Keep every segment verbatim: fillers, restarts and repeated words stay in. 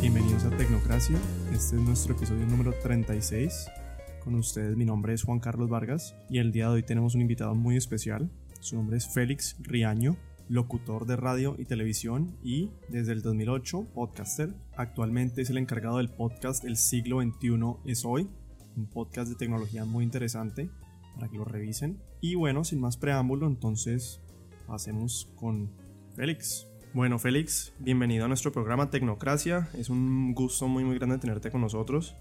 Bienvenidos a Tecnocracia. Este es nuestro episodio número treinta y seis. Con ustedes, mi nombre es Juan Carlos Vargas y el día de hoy tenemos un invitado muy especial. Su nombre es Félix Riaño, locutor de radio y televisión y desde el dos mil ocho podcaster. Actualmente es el encargado del podcast El siglo veintiuno es hoy, un podcast de tecnología muy interesante para que lo revisen. Y bueno, sin más preámbulo, entonces pasemos con Félix. Bueno, Félix, bienvenido a nuestro programa Tecnocracia. Es un gusto muy muy grande tenerte con nosotros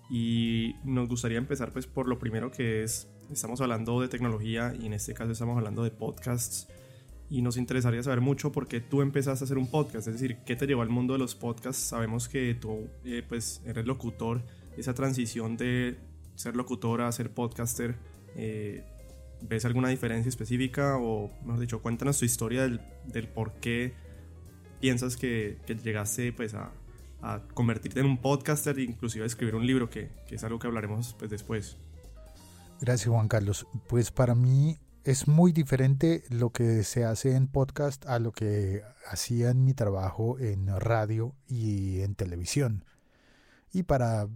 y nos gustaría empezar pues por lo primero, que es, estamos hablando de tecnología y en este caso estamos hablando de podcasts y nos interesaría saber mucho por qué tú empezaste a hacer un podcast, es decir, qué te llevó al mundo de los podcasts. Sabemos que tú eh, pues eres locutor, esa transición de ser locutor a ser podcaster, eh, ¿ves alguna diferencia específica? O mejor dicho, cuéntanos tu historia del, del por qué piensas que, que llegaste pues a, a convertirte en un podcaster e inclusive a escribir un libro, que, que es algo que hablaremos pues después. Gracias, Juan Carlos. Pues para mí es muy diferente lo que se hace en podcast a lo que hacía en mi trabajo en radio y en televisión. Y para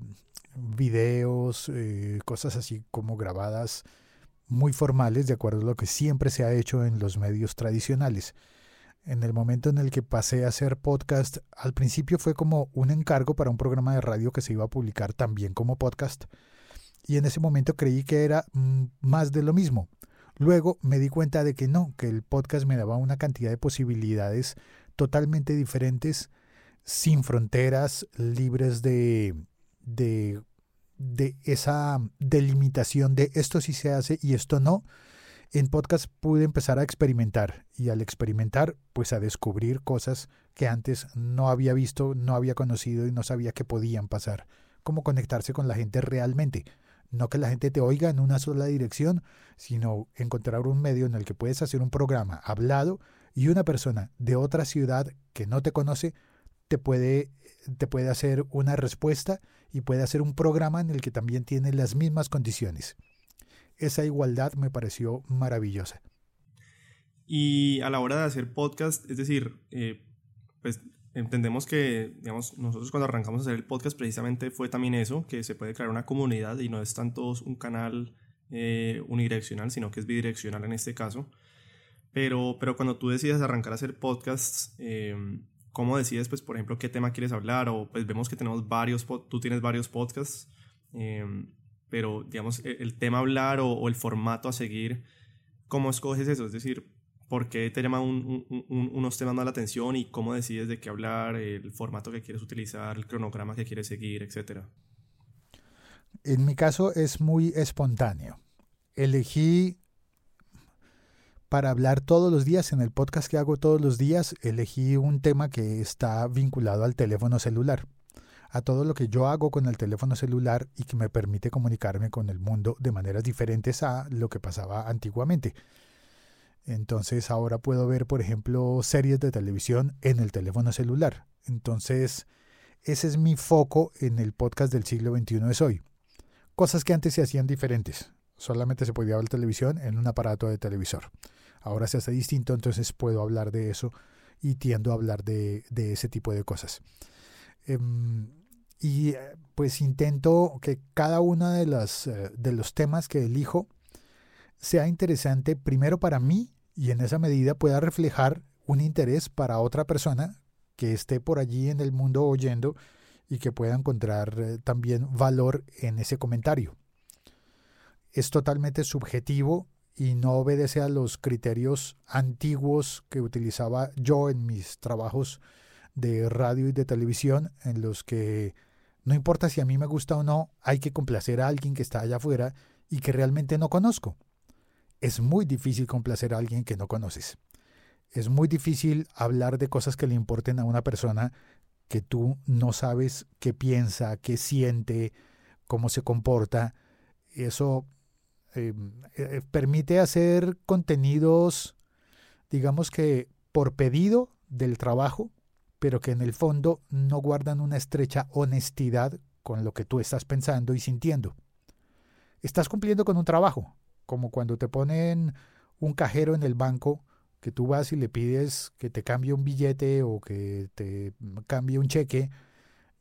videos, eh, cosas así como grabadas muy formales, de acuerdo a lo que siempre se ha hecho en los medios tradicionales. En el momento en el que pasé a hacer podcast, al principio fue como un encargo para un programa de radio que se iba a publicar también como podcast. Y en ese momento creí que era mm, más de lo mismo. Luego me di cuenta de que no, que el podcast me daba una cantidad de posibilidades totalmente diferentes, sin fronteras, libres de, de, de esa delimitación de esto sí se hace y esto no. En podcast pude empezar a experimentar y al experimentar, pues a descubrir cosas que antes no había visto, no había conocido y no sabía que podían pasar. Cómo conectarse con la gente realmente. No que la gente te oiga en una sola dirección, sino encontrar un medio en el que puedes hacer un programa hablado y una persona de otra ciudad que no te conoce te puede, te puede hacer una respuesta y puede hacer un programa en el que también tiene las mismas condiciones. Esa igualdad me pareció maravillosa. Y a la hora de hacer podcast, es decir, eh, pues entendemos que, digamos, nosotros cuando arrancamos a hacer el podcast precisamente fue también eso, que se puede crear una comunidad y no es tanto un canal eh, unidireccional, sino que es bidireccional en este caso. Pero, pero cuando tú decides arrancar a hacer podcasts, eh, ¿cómo decides, pues, por ejemplo, qué tema quieres hablar? O pues vemos que tenemos varios, tú tienes varios podcasts, eh, pero digamos, el tema a hablar o, o el formato a seguir, ¿cómo escoges eso? Es decir, ¿por qué te llaman un, un, un, unos temas más la atención y cómo decides de qué hablar, el formato que quieres utilizar, el cronograma que quieres seguir, etcétera? En mi caso es muy espontáneo. Elegí para hablar todos los días, en el podcast que hago todos los días, elegí un tema que está vinculado al teléfono celular, a todo lo que yo hago con el teléfono celular y que me permite comunicarme con el mundo de maneras diferentes a lo que pasaba antiguamente. Entonces ahora puedo ver, por ejemplo, series de televisión en el teléfono celular. Entonces ese es mi foco en el podcast del siglo veintiuno es hoy. Cosas que antes se hacían diferentes. Solamente se podía ver televisión en un aparato de televisor. Ahora se hace distinto, entonces puedo hablar de eso y tiendo a hablar de, de ese tipo de cosas. Um, y pues intento que cada uno de los, uh, de los temas que elijo sea interesante primero para mí y en esa medida pueda reflejar un interés para otra persona que esté por allí en el mundo oyendo y que pueda encontrar uh, también valor en ese comentario. Es totalmente subjetivo y no obedece a los criterios antiguos que utilizaba yo en mis trabajos de radio y de televisión, en los que no importa si a mí me gusta o no, hay que complacer a alguien que está allá afuera y que realmente no conozco. Es muy difícil complacer a alguien que no conoces. Es muy difícil hablar de cosas que le importen a una persona que tú no sabes qué piensa, qué siente, cómo se comporta. Eso eh, eh, permite hacer contenidos, digamos que por pedido del trabajo, pero que en el fondo no guardan una estrecha honestidad con lo que tú estás pensando y sintiendo. Estás cumpliendo con un trabajo, como cuando te ponen un cajero en el banco, que tú vas y le pides que te cambie un billete o que te cambie un cheque,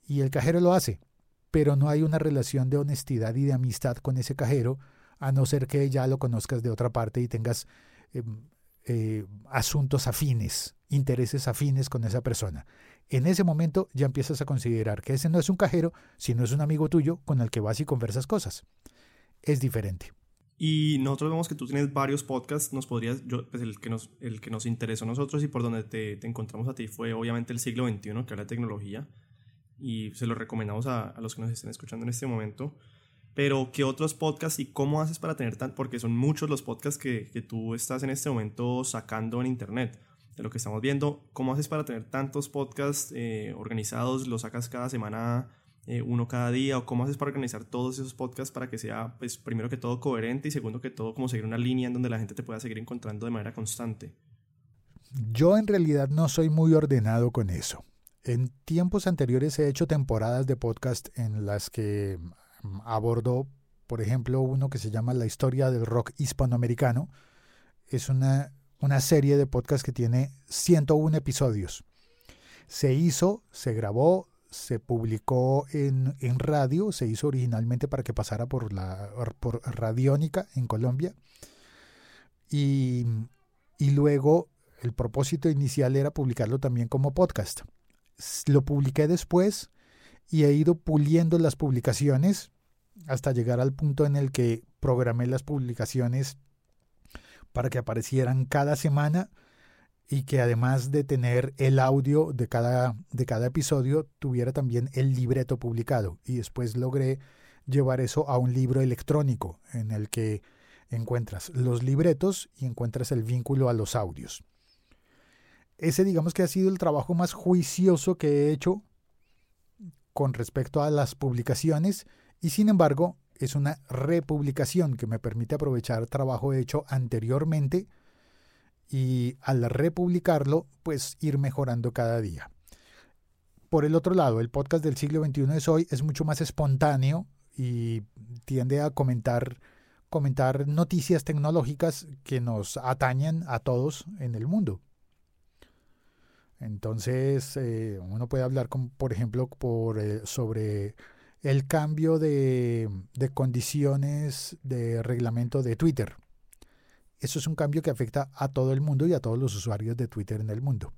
y el cajero lo hace, pero no hay una relación de honestidad y de amistad con ese cajero, a no ser que ya lo conozcas de otra parte y tengas eh, eh, asuntos afines, intereses afines con esa persona. En ese momento ya empiezas a considerar que ese no es un cajero, sino es un amigo tuyo con el que vas y conversas cosas. Es diferente. Y nosotros vemos que tú tienes varios podcasts. Nos podrías, yo, pues el, que nos, el que nos interesó a nosotros y por donde te, te encontramos a ti fue obviamente el siglo veintiuno, que habla de tecnología. Y se lo recomendamos a, a los que nos estén escuchando en este momento. Pero, ¿qué otros podcasts y cómo haces para tener tan...? Porque son muchos los podcasts que, que tú estás en este momento sacando en internet. De lo que estamos viendo, ¿cómo haces para tener tantos podcasts eh, organizados? ¿Los sacas cada semana, eh, uno cada día? ¿O cómo haces para organizar todos esos podcasts para que sea, pues, primero que todo coherente y segundo que todo como seguir una línea en donde la gente te pueda seguir encontrando de manera constante? Yo en realidad no soy muy ordenado con eso. En tiempos anteriores he hecho temporadas de podcast en las que abordo, por ejemplo, uno que se llama La historia del rock hispanoamericano. Es una, una serie de podcast que tiene ciento uno episodios. Se hizo, se grabó, se publicó en, en radio, se hizo originalmente para que pasara por, la, por Radiónica en Colombia. Y, y luego el propósito inicial era publicarlo también como podcast. Lo publiqué después y he ido puliendo las publicaciones hasta llegar al punto en el que programé las publicaciones para que aparecieran cada semana y que además de tener el audio de cada, de cada episodio, tuviera también el libreto publicado. Y después logré llevar eso a un libro electrónico en el que encuentras los libretos y encuentras el vínculo a los audios. Ese, digamos que ha sido el trabajo más juicioso que he hecho con respecto a las publicaciones y sin embargo es una republicación que me permite aprovechar trabajo hecho anteriormente y al republicarlo pues ir mejorando cada día. Por el otro lado, el podcast del siglo veintiuno es hoy es mucho más espontáneo y tiende a comentar, comentar noticias tecnológicas que nos atañen a todos en el mundo. Entonces, eh, uno puede hablar, con, por ejemplo, por, eh, sobre el cambio de, de condiciones de reglamento de Twitter. Eso es un cambio que afecta a todo el mundo y a todos los usuarios de Twitter en el mundo.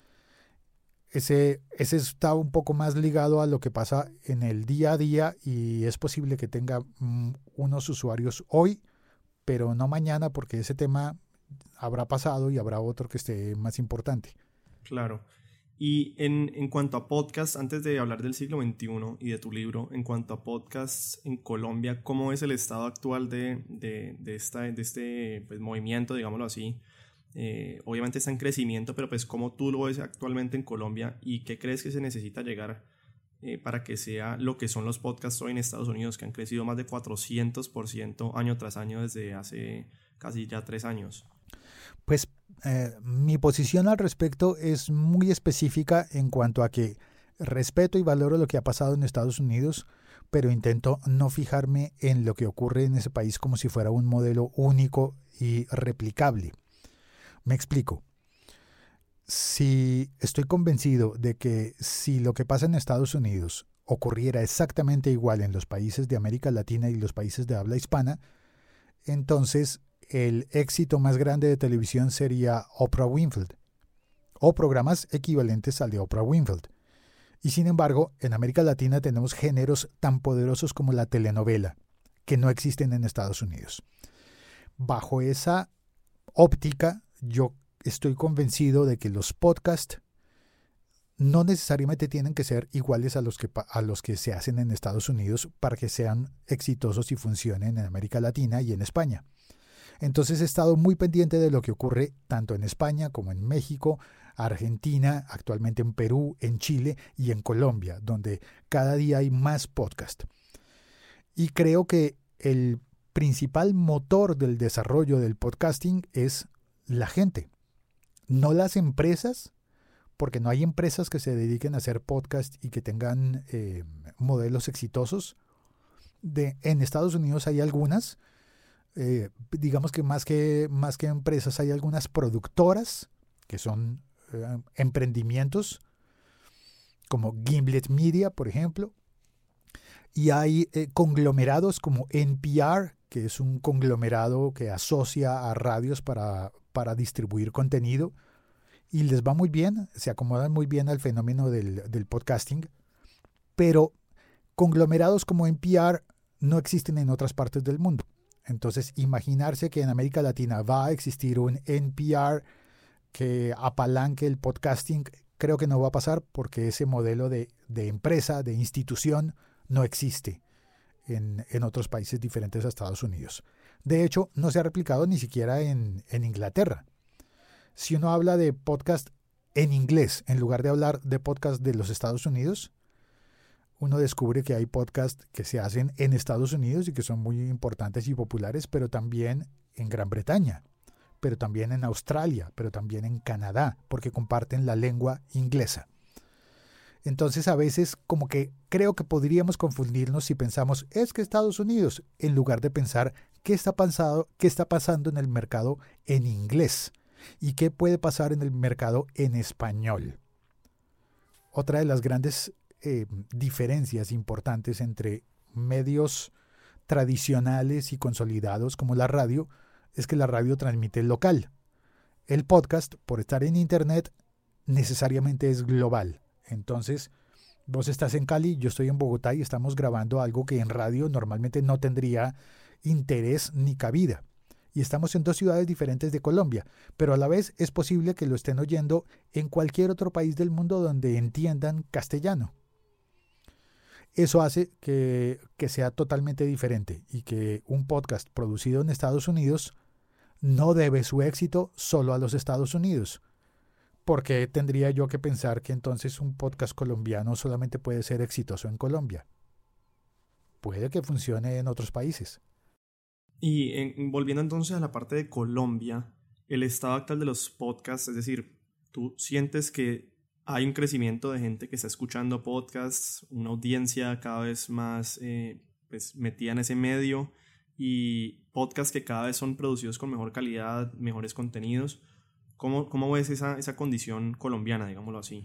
Ese, ese está un poco más ligado a lo que pasa en el día a día y es posible que tenga mm, unos usuarios hoy, pero no mañana porque ese tema habrá pasado y habrá otro que esté más importante. Claro. Y en, en cuanto a podcasts, antes de hablar del siglo veintiuno y de tu libro, en cuanto a podcasts en Colombia, ¿cómo es el estado actual de, de, de, esta, de este pues, movimiento, digámoslo así? Eh, obviamente está en crecimiento, pero pues ¿cómo tú lo ves actualmente en Colombia y qué crees que se necesita llegar eh, para que sea lo que son los podcasts hoy en Estados Unidos, que han crecido más de cuatrocientos por ciento año tras año desde hace casi ya tres años? Pues eh, mi posición al respecto es muy específica en cuanto a que respeto y valoro lo que ha pasado en Estados Unidos, pero intento no fijarme en lo que ocurre en ese país como si fuera un modelo único y replicable. Me explico. Si estoy convencido de que si lo que pasa en Estados Unidos ocurriera exactamente igual en los países de América Latina y los países de habla hispana, entonces el éxito más grande de televisión sería Oprah Winfrey o programas equivalentes al de Oprah Winfrey. Y sin embargo, en América Latina tenemos géneros tan poderosos como la telenovela, que no existen en Estados Unidos. Bajo esa óptica, yo estoy convencido de que los podcasts no necesariamente tienen que ser iguales a los que, a los que se hacen en Estados Unidos para que sean exitosos y funcionen en América Latina y en España. Entonces he estado muy pendiente de lo que ocurre tanto en España como en México, Argentina, actualmente en Perú, en Chile y en Colombia, donde cada día hay más podcasts. Y creo que el principal motor del desarrollo del podcasting es la gente, no las empresas, porque no hay empresas que se dediquen a hacer podcast y que tengan eh, modelos exitosos. De, en Estados Unidos hay algunas, eh, digamos que más, que más que empresas hay algunas productoras que son eh, emprendimientos como Gimlet Media, por ejemplo. Y hay eh, conglomerados como N P R, que es un conglomerado que asocia a radios para, para distribuir contenido. Y les va muy bien, se acomodan muy bien al fenómeno del, del podcasting. Pero conglomerados como N P R no existen en otras partes del mundo. Entonces, imaginarse que en América Latina va a existir un N P R que apalanque el podcasting, creo que no va a pasar porque ese modelo de, de empresa, de institución, no existe en, en otros países diferentes a Estados Unidos. De hecho, no se ha replicado ni siquiera en, en Inglaterra. Si uno habla de podcast en inglés, en lugar de hablar de podcast de los Estados Unidos, uno descubre que hay podcasts que se hacen en Estados Unidos y que son muy importantes y populares, pero también en Gran Bretaña, pero también en Australia, pero también en Canadá, porque comparten la lengua inglesa. Entonces a veces como que creo que podríamos confundirnos si pensamos es que Estados Unidos, en lugar de pensar qué está pasando, qué está pasando en el mercado en inglés y qué puede pasar en el mercado en español. Otra de las grandes eh, diferencias importantes entre medios tradicionales y consolidados como la radio es que la radio transmite local. El podcast, por estar en internet, necesariamente es global. Entonces, vos estás en Cali, yo estoy en Bogotá y estamos grabando algo que en radio normalmente no tendría interés ni cabida. Y estamos en dos ciudades diferentes de Colombia, pero a la vez es posible que lo estén oyendo en cualquier otro país del mundo donde entiendan castellano. Eso hace que, que sea totalmente diferente y que un podcast producido en Estados Unidos no debe su éxito solo a los Estados Unidos. ¿Por qué tendría yo que pensar que entonces un podcast colombiano solamente puede ser exitoso en Colombia? Puede que funcione en otros países. Y en, volviendo entonces a la parte de Colombia, el estado actual de los podcasts, es decir, ¿tú sientes que hay un crecimiento de gente que está escuchando podcasts, una audiencia cada vez más eh, pues, metida en ese medio y podcasts que cada vez son producidos con mejor calidad, mejores contenidos? ¿Cómo, cómo ves esa, esa condición colombiana, digámoslo así?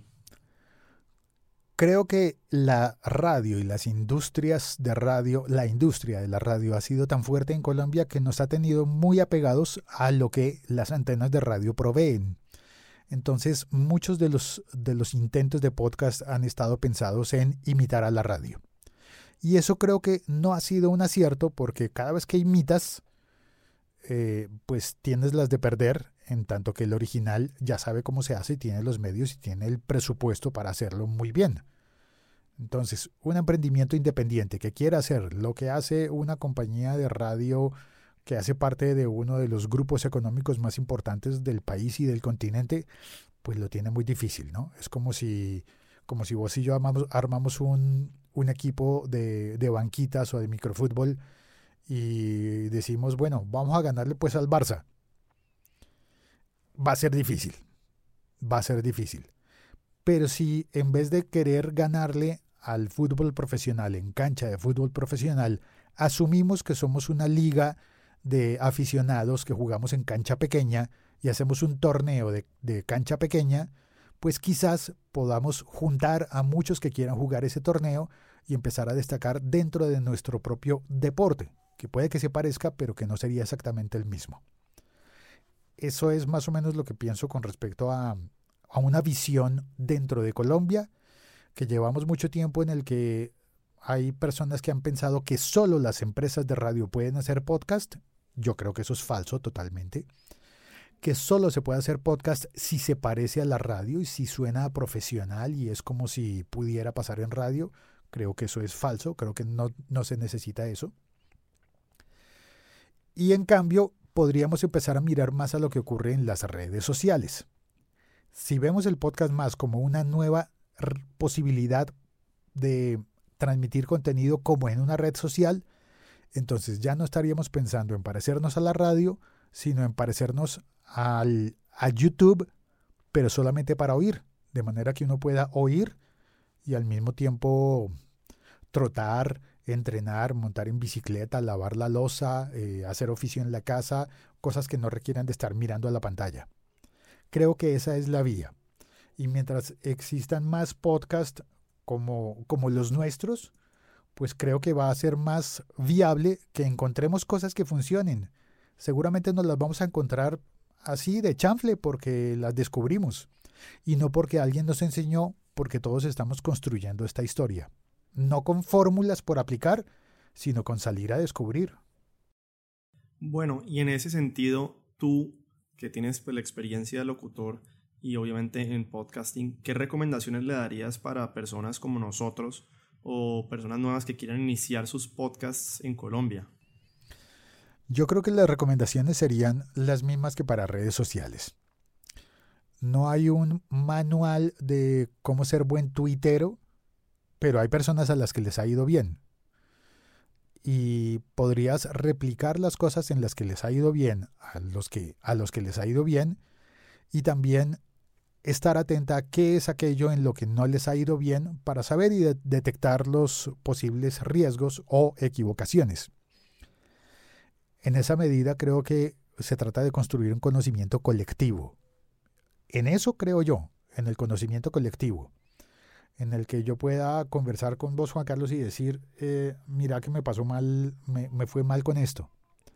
Creo que la radio y las industrias de radio, la industria de la radio ha sido tan fuerte en Colombia que nos ha tenido muy apegados a lo que las antenas de radio proveen. Entonces, muchos de los, de los intentos de podcast han estado pensados en imitar a la radio. Y eso creo que no ha sido un acierto porque cada vez que imitas, eh, pues tienes las de perder, en tanto que el original ya sabe cómo se hace y tiene los medios y tiene el presupuesto para hacerlo muy bien. Entonces, un emprendimiento independiente que quiera hacer lo que hace una compañía de radio que hace parte de uno de los grupos económicos más importantes del país y del continente, pues lo tiene muy difícil, ¿no? Es como si, como si vos y yo armamos, armamos un, un equipo de, de banquitas o de microfútbol y decimos, bueno, vamos a ganarle pues al Barça. Va a ser difícil, va a ser difícil. Pero si en vez de querer ganarle al fútbol profesional en cancha de fútbol profesional, asumimos que somos una liga de aficionados que jugamos en cancha pequeña y hacemos un torneo de, de cancha pequeña, pues quizás podamos juntar a muchos que quieran jugar ese torneo y empezar a destacar dentro de nuestro propio deporte, que puede que se parezca, pero que no sería exactamente el mismo. Eso es más o menos lo que pienso con respecto a, a una visión dentro de Colombia, que llevamos mucho tiempo en el que hay personas que han pensado que solo las empresas de radio pueden hacer podcast. Yo creo que eso es falso totalmente. Que solo se puede hacer podcast si se parece a la radio y si suena profesional y es como si pudiera pasar en radio. Creo que eso es falso, creo que no, no se necesita eso. Y en cambio, podríamos empezar a mirar más a lo que ocurre en las redes sociales. Si vemos el podcast más como una nueva r- posibilidad de transmitir contenido como en una red social, entonces ya no estaríamos pensando en parecernos a la radio, sino en parecernos al, a YouTube, pero solamente para oír, de manera que uno pueda oír y al mismo tiempo trotar, entrenar, montar en bicicleta, lavar la loza, eh, hacer oficio en la casa, cosas que no requieran de estar mirando a la pantalla. Creo que esa es la vía. Y mientras existan más podcasts como, como los nuestros, pues creo que va a ser más viable que encontremos cosas que funcionen. Seguramente nos las vamos a encontrar así de chanfle porque las descubrimos y no porque alguien nos enseñó, porque todos estamos construyendo esta historia. No con fórmulas por aplicar, sino con salir a descubrir. Bueno, y en ese sentido, tú que tienes pues, la experiencia de locutor y obviamente en podcasting, ¿qué recomendaciones le darías para personas como nosotros o personas nuevas que quieran iniciar sus podcasts en Colombia? Yo creo que las recomendaciones serían las mismas que para redes sociales. No hay un manual de cómo ser buen tuitero, pero hay personas a las que les ha ido bien. Y podrías replicar las cosas en las que les ha ido bien a los que, a los que les ha ido bien y también estar atenta a qué es aquello en lo que no les ha ido bien para saber y de- detectar los posibles riesgos o equivocaciones. En esa medida creo que se trata de construir un conocimiento colectivo. En eso creo yo, en el conocimiento colectivo, en el que yo pueda conversar con vos, Juan Carlos, y decir, eh, mira que me pasó mal, me, me fue mal con esto,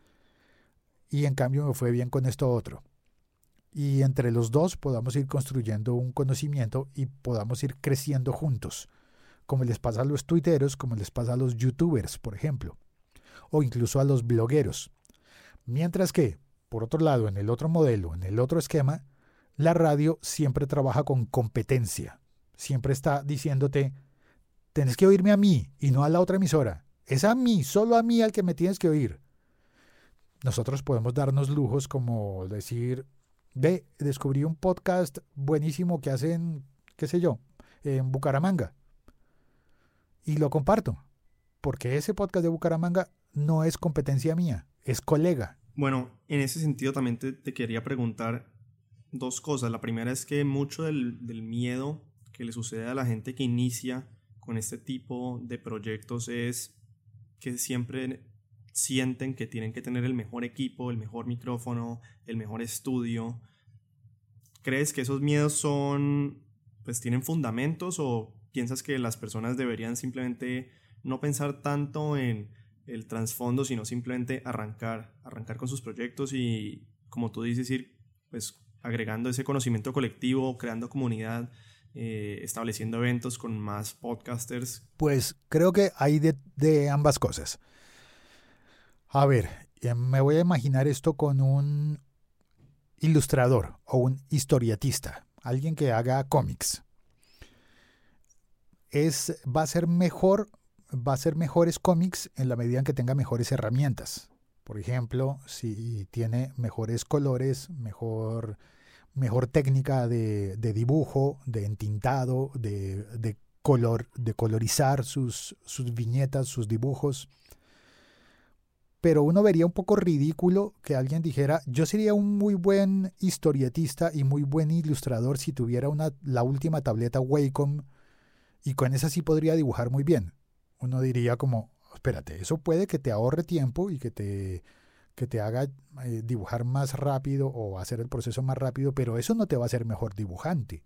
y en cambio me fue bien con esto otro. Y entre los dos podamos ir construyendo un conocimiento y podamos ir creciendo juntos, como les pasa a los tuiteros, como les pasa a los youtubers, por ejemplo, o incluso a los blogueros. Mientras que, por otro lado, en el otro modelo, en el otro esquema, la radio siempre trabaja con competencia. Siempre está diciéndote, tienes que oírme a mí y no a la otra emisora. Es a mí, solo a mí al que me tienes que oír. Nosotros podemos darnos lujos como decir, ve, descubrí un podcast buenísimo que hacen, qué sé yo, en Bucaramanga. Y lo comparto, porque ese podcast de Bucaramanga no es competencia mía, es colega. Bueno, en ese sentido también te, te quería preguntar dos cosas. La primera es que mucho del, del miedo que le sucede a la gente que inicia con este tipo de proyectos es que siempre sienten que tienen que tener el mejor equipo, el mejor micrófono, el mejor estudio. ¿Crees que esos miedos son, pues tienen fundamentos o piensas que las personas deberían simplemente no pensar tanto en el trasfondo, sino simplemente arrancar, arrancar con sus proyectos y, como tú dices, ir pues agregando ese conocimiento colectivo, creando comunidad, eh, estableciendo eventos con más podcasters? Pues creo que hay de, de ambas cosas. A ver, eh, me voy a imaginar esto con un ilustrador o un historietista, alguien que haga cómics. Es, va a ser mejor, va a ser mejores cómics en la medida en que tenga mejores herramientas. Por ejemplo, si tiene mejores colores, mejor, mejor técnica de, de dibujo, de entintado, de, de, color, de colorizar sus, sus viñetas, sus dibujos. Pero uno vería un poco ridículo que alguien dijera, yo sería un muy buen historietista y muy buen ilustrador si tuviera una, la última tableta Wacom y con esa sí podría dibujar muy bien. Uno diría como, espérate, eso puede que te ahorre tiempo y que te, que te haga eh, dibujar más rápido o hacer el proceso más rápido, pero eso no te va a hacer mejor dibujante.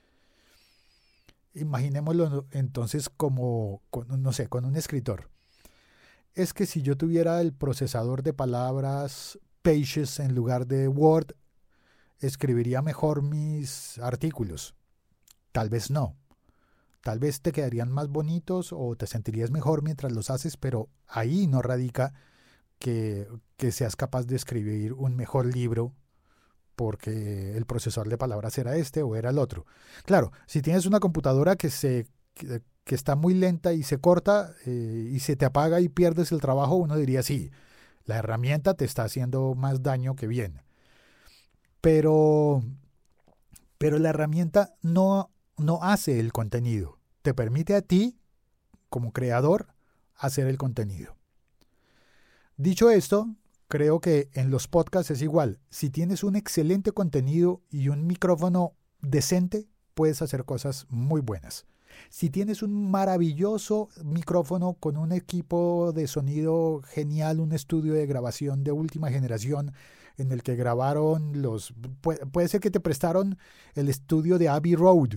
Imaginémoslo entonces como, con, no sé, con un escritor. Es que si yo tuviera el procesador de palabras Pages en lugar de Word, escribiría mejor mis artículos. Tal vez no. Tal vez te quedarían más bonitos o te sentirías mejor mientras los haces, pero ahí no radica que, que seas capaz de escribir un mejor libro porque el procesador de palabras era este o era el otro. Claro, si tienes una computadora que se... Que, que está muy lenta y se corta eh, y se te apaga y pierdes el trabajo, uno diría sí, la herramienta te está haciendo más daño que bien. Pero, pero la herramienta no, no hace el contenido. Te permite a ti, como creador, hacer el contenido. Dicho esto, creo que en los podcasts es igual. Si tienes un excelente contenido y un micrófono decente, puedes hacer cosas muy buenas. Si tienes un maravilloso micrófono con un equipo de sonido genial, un estudio de grabación de última generación en el que grabaron los... Puede, puede ser que te prestaron el estudio de Abbey Road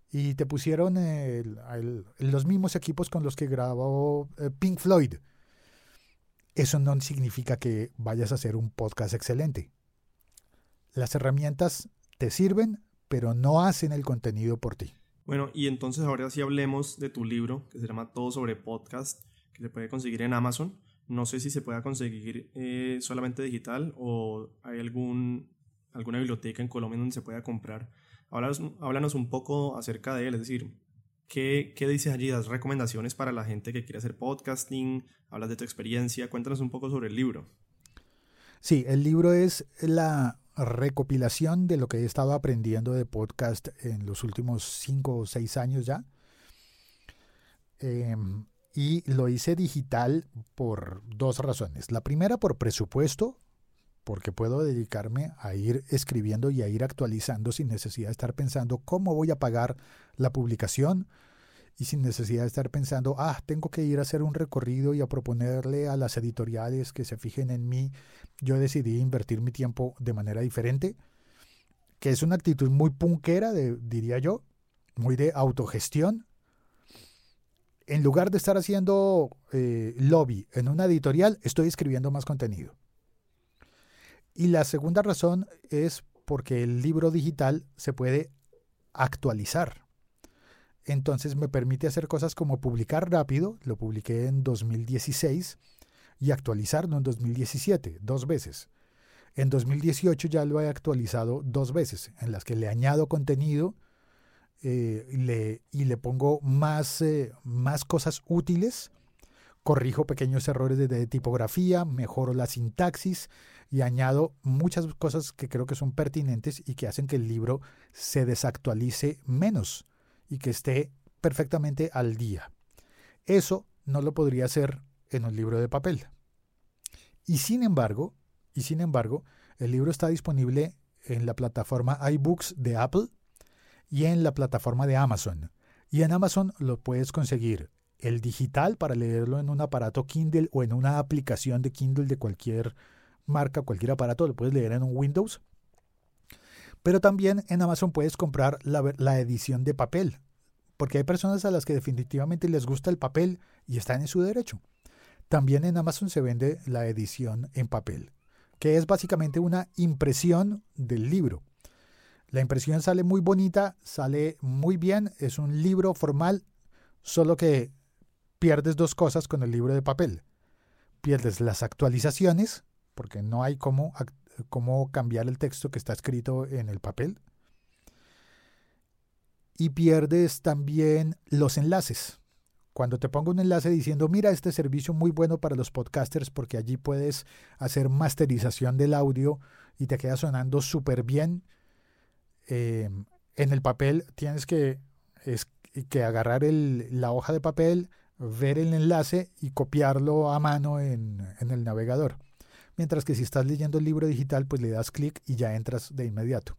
y te pusieron el, el, los mismos equipos con los que grabó eh, Pink Floyd. Eso no significa que vayas a hacer un podcast excelente. Las herramientas te sirven, pero no hacen el contenido por ti. Bueno, y entonces ahora sí hablemos de tu libro, que se llama Todo sobre Podcast, que se puede conseguir en Amazon. No sé si se pueda conseguir eh, solamente digital o hay algún, alguna biblioteca en Colombia donde se pueda comprar. Háblanos, háblanos un poco acerca de él, es decir, ¿qué, qué dices allí? ¿Das recomendaciones para la gente que quiere hacer podcasting? ¿Hablas de tu experiencia? Cuéntanos un poco sobre el libro. Sí, el libro es la recopilación de lo que he estado aprendiendo de podcast en los últimos cinco o seis años ya. Eh, y lo hice digital por dos razones. La primera, por presupuesto, porque puedo dedicarme a ir escribiendo y a ir actualizando sin necesidad de estar pensando cómo voy a pagar la publicación y sin necesidad de estar pensando, ah, tengo que ir a hacer un recorrido y a proponerle a las editoriales que se fijen en mí. Yo decidí invertir mi tiempo de manera diferente, que es una actitud muy punkera, de, diría yo, muy de autogestión. En lugar de estar haciendo eh, lobby en una editorial, estoy escribiendo más contenido. Y la segunda razón es porque el libro digital se puede actualizar. Entonces me permite hacer cosas como publicar rápido, lo publiqué en dos mil dieciséis, y actualizarlo en dos mil diecisiete, dos veces. En dos mil dieciocho ya lo he actualizado dos veces, en las que le añado contenido eh, y, le, y le pongo más, eh, más cosas útiles, corrijo pequeños errores de, de tipografía, mejoro la sintaxis y añado muchas cosas que creo que son pertinentes y que hacen que el libro se desactualice menos y que esté perfectamente al día. Eso no lo podría hacer en un libro de papel. Y sin embargo, y sin embargo, el libro está disponible en la plataforma iBooks de Apple y en la plataforma de Amazon. Y en Amazon lo puedes conseguir el digital para leerlo en un aparato Kindle o en una aplicación de Kindle de cualquier marca, cualquier aparato, lo puedes leer en un Windows. Pero también en Amazon puedes comprar la, la edición de papel, porque hay personas a las que definitivamente les gusta el papel y están en su derecho. También en Amazon se vende la edición en papel, que es básicamente una impresión del libro. La impresión sale muy bonita, sale muy bien, es un libro formal, solo que pierdes dos cosas con el libro de papel. Pierdes las actualizaciones, porque no hay cómo, cómo cambiar el texto que está escrito en el papel. Y pierdes también los enlaces. Cuando te pongo un enlace diciendo, mira, este servicio muy bueno para los podcasters porque allí puedes hacer masterización del audio y te queda sonando súper bien. Eh, en el papel tienes que, es, que agarrar el, la hoja de papel, ver el enlace y copiarlo a mano en, en el navegador. Mientras que si estás leyendo el libro digital, pues le das clic y ya entras de inmediato.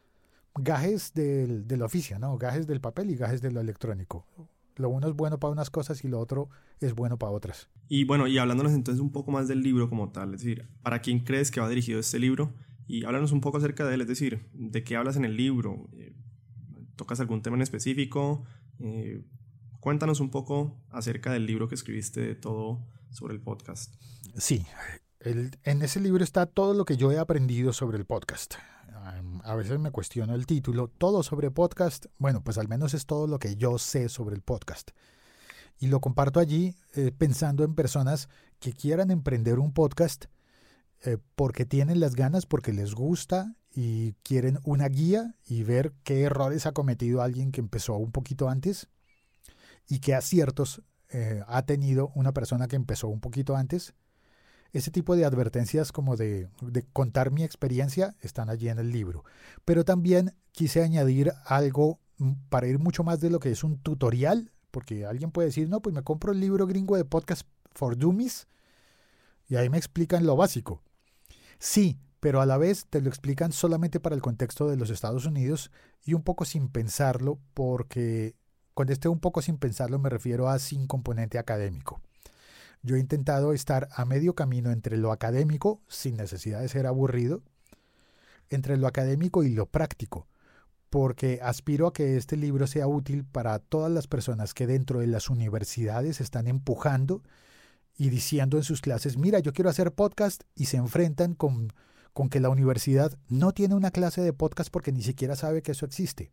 Gajes del, del oficio, ¿no? Gajes del papel y gajes de lo electrónico. Lo uno es bueno para unas cosas y lo otro es bueno para otras. Y bueno, y hablándonos entonces un poco más del libro como tal, es decir, ¿para quién crees que va dirigido este libro? Y háblanos un poco acerca de él, es decir, ¿de qué hablas en el libro? ¿Tocas algún tema en específico? Eh, cuéntanos un poco acerca del libro que escribiste de todo sobre el podcast. Sí, el, en ese libro está todo lo que yo he aprendido sobre el podcast. A veces me cuestiono el título, todo sobre podcast. Bueno, pues al menos es todo lo que yo sé sobre el podcast. Y lo comparto allí eh, pensando en personas que quieran emprender un podcast eh, porque tienen las ganas, porque les gusta y quieren una guía y ver qué errores ha cometido alguien que empezó un poquito antes y qué aciertos eh, ha tenido una persona que empezó un poquito antes. Ese tipo de advertencias como de, de contar mi experiencia están allí en el libro. Pero también quise añadir algo para ir mucho más de lo que es un tutorial, porque alguien puede decir, no, pues me compro el libro gringo de Podcast for Dummies y ahí me explican lo básico. Sí, pero a la vez te lo explican solamente para el contexto de los Estados Unidos y un poco sin pensarlo, porque con este un poco sin pensarlo me refiero a sin componente académico. Yo he intentado estar a medio camino entre lo académico, sin necesidad de ser aburrido, entre lo académico y lo práctico, porque aspiro a que este libro sea útil para todas las personas que dentro de las universidades están empujando y diciendo en sus clases, mira, yo quiero hacer podcast, y se enfrentan con, con que la universidad no tiene una clase de podcast porque ni siquiera sabe que eso existe.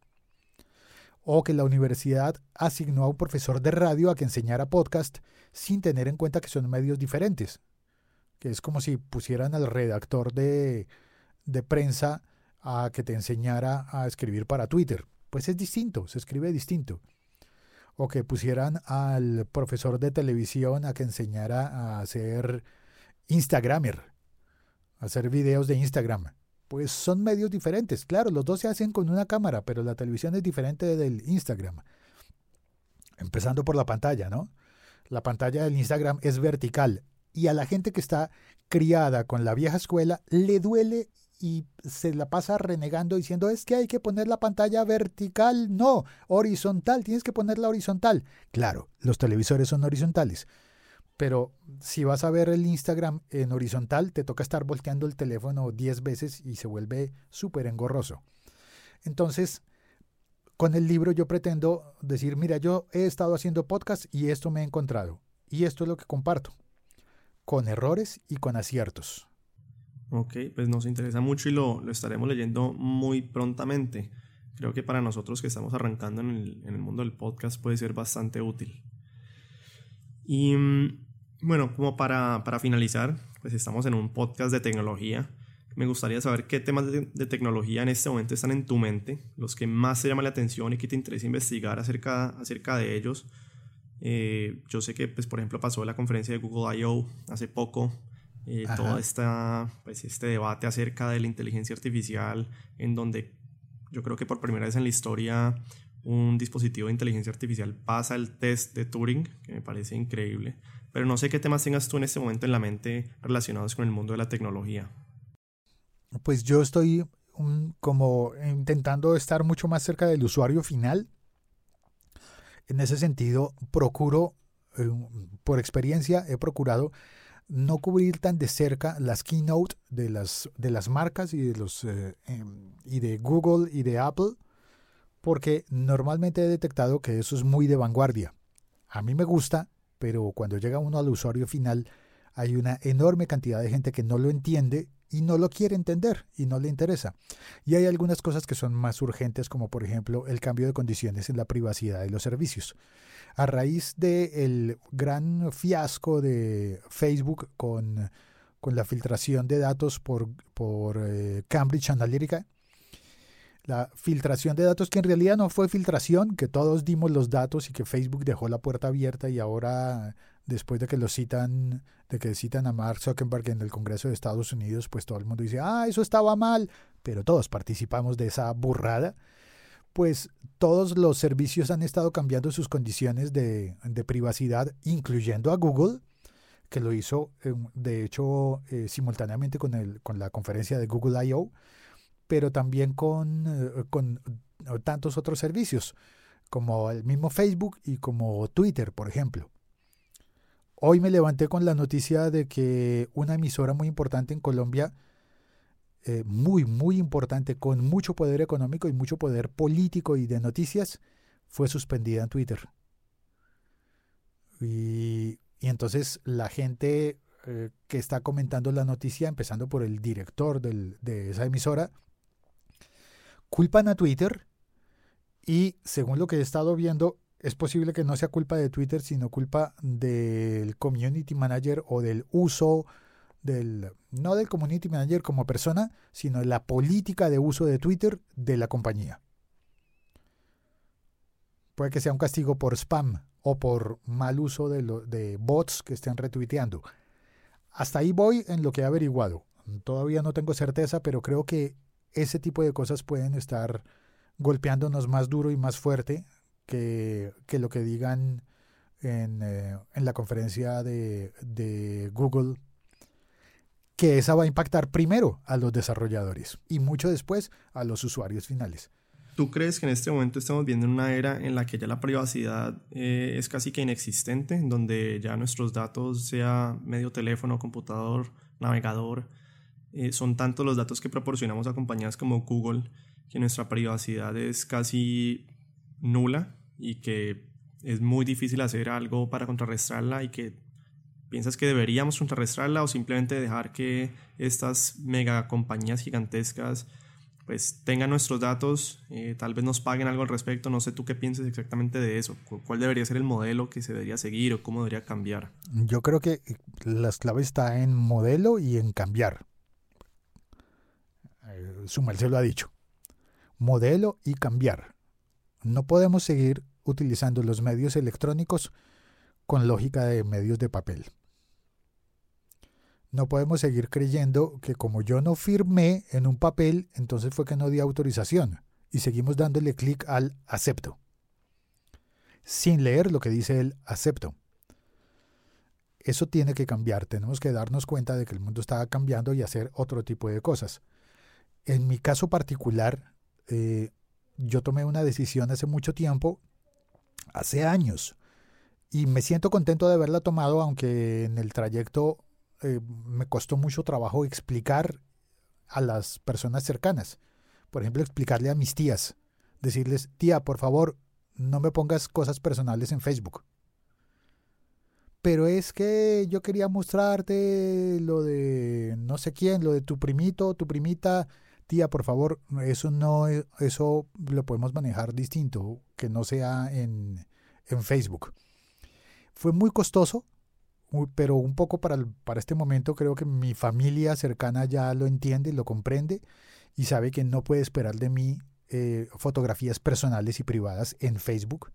O que la universidad asignó a un profesor de radio a que enseñara podcast sin tener en cuenta que son medios diferentes. Que es como si pusieran al redactor de, de prensa a que te enseñara a escribir para Twitter. Pues es distinto, se escribe distinto. O que pusieran al profesor de televisión a que enseñara a ser Instagramer, a hacer videos de Instagram. Pues son medios diferentes. Claro, los dos se hacen con una cámara, pero la televisión es diferente del Instagram. Empezando por la pantalla, ¿no? La pantalla del Instagram es vertical y a la gente que está criada con la vieja escuela le duele y se la pasa renegando diciendo es que hay que poner la pantalla vertical. No, horizontal, tienes que ponerla horizontal. Claro, los televisores son horizontales. Pero si vas a ver el Instagram en horizontal, te toca estar volteando el teléfono diez veces y se vuelve súper engorroso. Entonces, con el libro yo pretendo decir, mira, yo he estado haciendo podcast y esto me he encontrado. Y esto es lo que comparto, con errores y con aciertos. Ok, pues nos interesa mucho y lo, lo estaremos leyendo muy prontamente. Creo que para nosotros que estamos arrancando en el, en el mundo del podcast puede ser bastante útil. Y bueno, como para, para finalizar, pues estamos en un podcast de tecnología. Me gustaría saber qué temas de, de tecnología en este momento están en tu mente, los que más te llaman la atención y que te interesa investigar acerca, acerca de ellos. Eh, yo sé que, pues, por ejemplo, pasó la conferencia de Google I O hace poco, eh, todo esta, pues, este debate acerca de la inteligencia artificial, en donde yo creo que por primera vez en la historia un dispositivo de inteligencia artificial pasa el test de Turing, que me parece increíble. Pero no sé qué temas tengas tú en este momento en la mente relacionados con el mundo de la tecnología. Pues yo estoy um, como intentando estar mucho más cerca del usuario final. En ese sentido, procuro, eh, por experiencia, he procurado no cubrir tan de cerca las keynote de las, de las marcas y de, los, eh, eh, y de Google y de Apple, porque normalmente he detectado que eso es muy de vanguardia. A mí me gusta, pero cuando llega uno al usuario final hay una enorme cantidad de gente que no lo entiende y no lo quiere entender y no le interesa. Y hay algunas cosas que son más urgentes, como por ejemplo el cambio de condiciones en la privacidad de los servicios. A raíz del gran fiasco de Facebook con, con la filtración de datos por, por eh, Cambridge Analytica, la filtración de datos que en realidad no fue filtración, que todos dimos los datos y que Facebook dejó la puerta abierta y ahora después de que lo citan, de que citan a Mark Zuckerberg en el Congreso de Estados Unidos, pues todo el mundo dice, ah, eso estaba mal, pero todos participamos de esa burrada. Pues todos los servicios han estado cambiando sus condiciones de, de privacidad, incluyendo a Google, que lo hizo eh, de hecho eh, simultáneamente con, el, con la conferencia de Google I O, pero también con, eh, con tantos otros servicios, como el mismo Facebook y como Twitter, por ejemplo. Hoy me levanté con la noticia de que una emisora muy importante en Colombia, eh, muy, muy importante, con mucho poder económico y mucho poder político y de noticias, fue suspendida en Twitter. Y, y entonces la gente eh, que está comentando la noticia, empezando por el director del, de esa emisora, culpan a Twitter y, según lo que he estado viendo, es posible que no sea culpa de Twitter, sino culpa del community manager o del uso del, no del community manager como persona, sino de la política de uso de Twitter de la compañía. Puede que sea un castigo por spam o por mal uso de, lo, de bots que estén retuiteando. Hasta ahí voy en lo que he averiguado. Todavía no tengo certeza, pero creo que ese tipo de cosas pueden estar golpeándonos más duro y más fuerte que, que lo que digan en, eh, en la conferencia de, de Google, que esa va a impactar primero a los desarrolladores y mucho después a los usuarios finales. ¿Tú crees que en este momento estamos viendo una era en la que ya la privacidad eh, es casi que inexistente, en donde ya nuestros datos, sea medio teléfono, computador, navegador, eh, son tantos los datos que proporcionamos a compañías como Google, que nuestra privacidad es casi nula y que es muy difícil hacer algo para contrarrestarla, y que piensas que deberíamos contrarrestarla o simplemente dejar que estas mega compañías gigantescas pues tengan nuestros datos, eh, tal vez nos paguen algo al respecto? No sé tú qué piensas exactamente de eso. ¿Cuál debería ser el modelo que se debería seguir o cómo debería cambiar? Yo creo que las claves está en modelo y en cambiar. Eh, su merced lo ha dicho. Modelo y cambiar. No podemos seguir utilizando los medios electrónicos con lógica de medios de papel. No podemos seguir creyendo que como yo no firmé en un papel, entonces fue que no di autorización, y seguimos dándole clic al acepto, sin leer lo que dice el acepto. Eso tiene que cambiar. Tenemos que darnos cuenta de que el mundo está cambiando y hacer otro tipo de cosas. En mi caso particular, eh, yo tomé una decisión hace mucho tiempo, hace años, y me siento contento de haberla tomado, aunque en el trayecto eh, me costó mucho trabajo explicar a las personas cercanas. Por ejemplo, explicarle a mis tías, decirles: tía, por favor, no me pongas cosas personales en Facebook. Pero es que yo quería mostrarte lo de no sé quién, lo de tu primito, tu primita. Tía, por favor, eso no, eso lo podemos manejar distinto, que no sea en, en Facebook. Fue muy costoso, pero un poco para, el, para este momento creo que mi familia cercana ya lo entiende, lo comprende y sabe que no puede esperar de mí eh, fotografías personales y privadas en Facebook.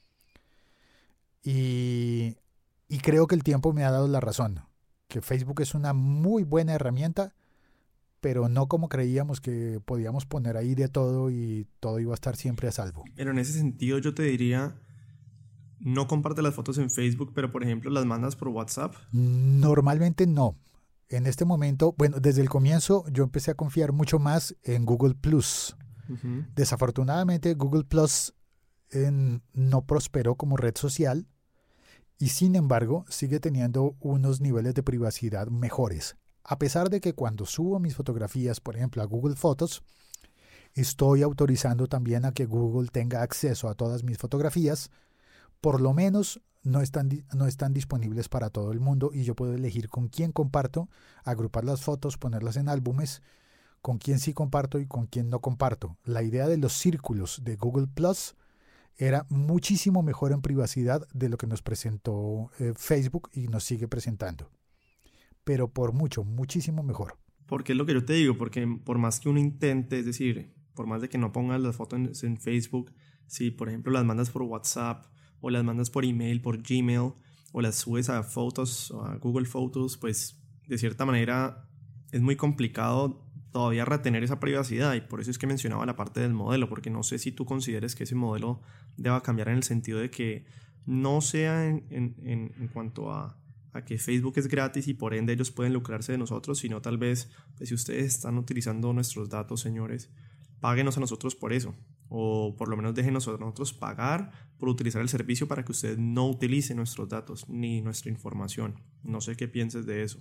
Y, y creo que el tiempo me ha dado la razón, que Facebook es una muy buena herramienta, pero no como creíamos que podíamos poner ahí de todo y todo iba a estar siempre a salvo. Pero en ese sentido yo te diría, no comparte las fotos en Facebook, pero por ejemplo las mandas por WhatsApp. Normalmente no. En este momento, bueno, desde el comienzo yo empecé a confiar mucho más en Google Plus. Uh-huh. Desafortunadamente Google Plus en, no prosperó como red social y sin embargo sigue teniendo unos niveles de privacidad mejores. A pesar de que cuando subo mis fotografías, por ejemplo, a Google Fotos, estoy autorizando también a que Google tenga acceso a todas mis fotografías, por lo menos no están, no están disponibles para todo el mundo y yo puedo elegir con quién comparto, agrupar las fotos, ponerlas en álbumes, con quién sí comparto y con quién no comparto. La idea de los círculos de Google Plus era muchísimo mejor en privacidad de lo que nos presentó eh, Facebook y nos sigue presentando. Pero por mucho, muchísimo mejor. Porque es lo que yo te digo, porque por más que uno intente, es decir, por más de que no pongas las fotos en, en Facebook, si por ejemplo las mandas por WhatsApp o las mandas por email, por Gmail, o las subes a Fotos o a Google Fotos, pues de cierta manera es muy complicado todavía retener esa privacidad, y por eso es que mencionaba la parte del modelo, porque no sé si tú consideres que ese modelo deba cambiar en el sentido de que no sea en, en, en, en cuanto a a que Facebook es gratis y por ende ellos pueden lucrarse de nosotros, sino tal vez, pues, si ustedes están utilizando nuestros datos, señores, páguenos a nosotros por eso, o por lo menos déjenos a nosotros pagar por utilizar el servicio para que usted no utilice nuestros datos ni nuestra información. No sé qué pienses de eso.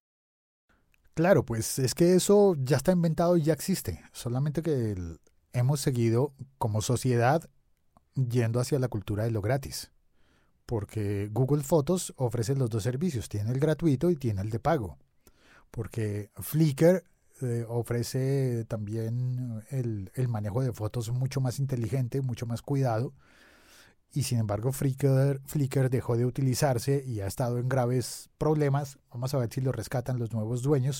Claro, pues es que eso ya está inventado y ya existe, solamente que el, hemos seguido como sociedad yendo hacia la cultura de lo gratis. Porque Google Fotos ofrece los dos servicios, tiene el gratuito y tiene el de pago. Porque Flickr eh, ofrece también el, el manejo de fotos mucho más inteligente, mucho más cuidado. Y sin embargo Flickr, Flickr dejó de utilizarse y ha estado en graves problemas. Vamos a ver si lo rescatan los nuevos dueños.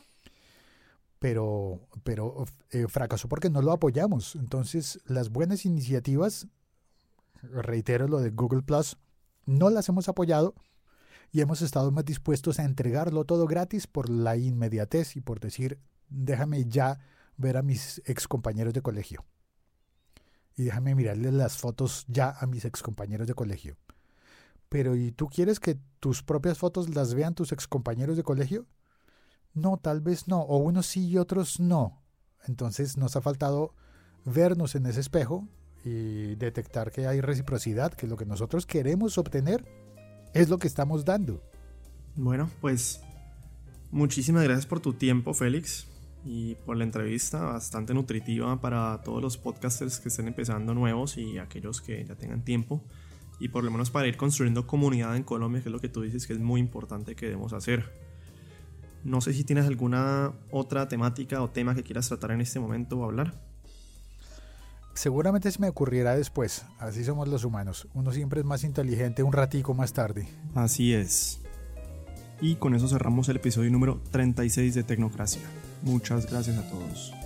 Pero, pero eh, fracasó porque no lo apoyamos. Entonces las buenas iniciativas, reitero lo de Google Plus, no las hemos apoyado y hemos estado más dispuestos a entregarlo todo gratis por la inmediatez y por decir, déjame ya ver a mis ex compañeros de colegio y déjame mirarles las fotos ya a mis ex compañeros de colegio. Pero ¿y tú quieres que tus propias fotos las vean tus ex compañeros de colegio? No, tal vez no, o unos sí y otros no. Entonces nos ha faltado vernos en ese espejo y detectar que hay reciprocidad, que lo que nosotros queremos obtener es lo que estamos dando. Bueno, pues muchísimas gracias por tu tiempo, Félix. y por la entrevista bastante nutritiva para todos los podcasters que estén empezando nuevos y aquellos que ya tengan tiempo, y por lo menos para ir construyendo comunidad en Colombia, que es lo que tú dices que es muy importante que debemos hacer. No sé si tienes alguna otra temática o tema que quieras tratar en este momento o hablar. Seguramente se me ocurrirá después. Así somos los humanos. Uno siempre es más inteligente un ratico más tarde. Así es. Y con eso cerramos el episodio número treinta y seis de Tecnocracia. Muchas gracias a todos.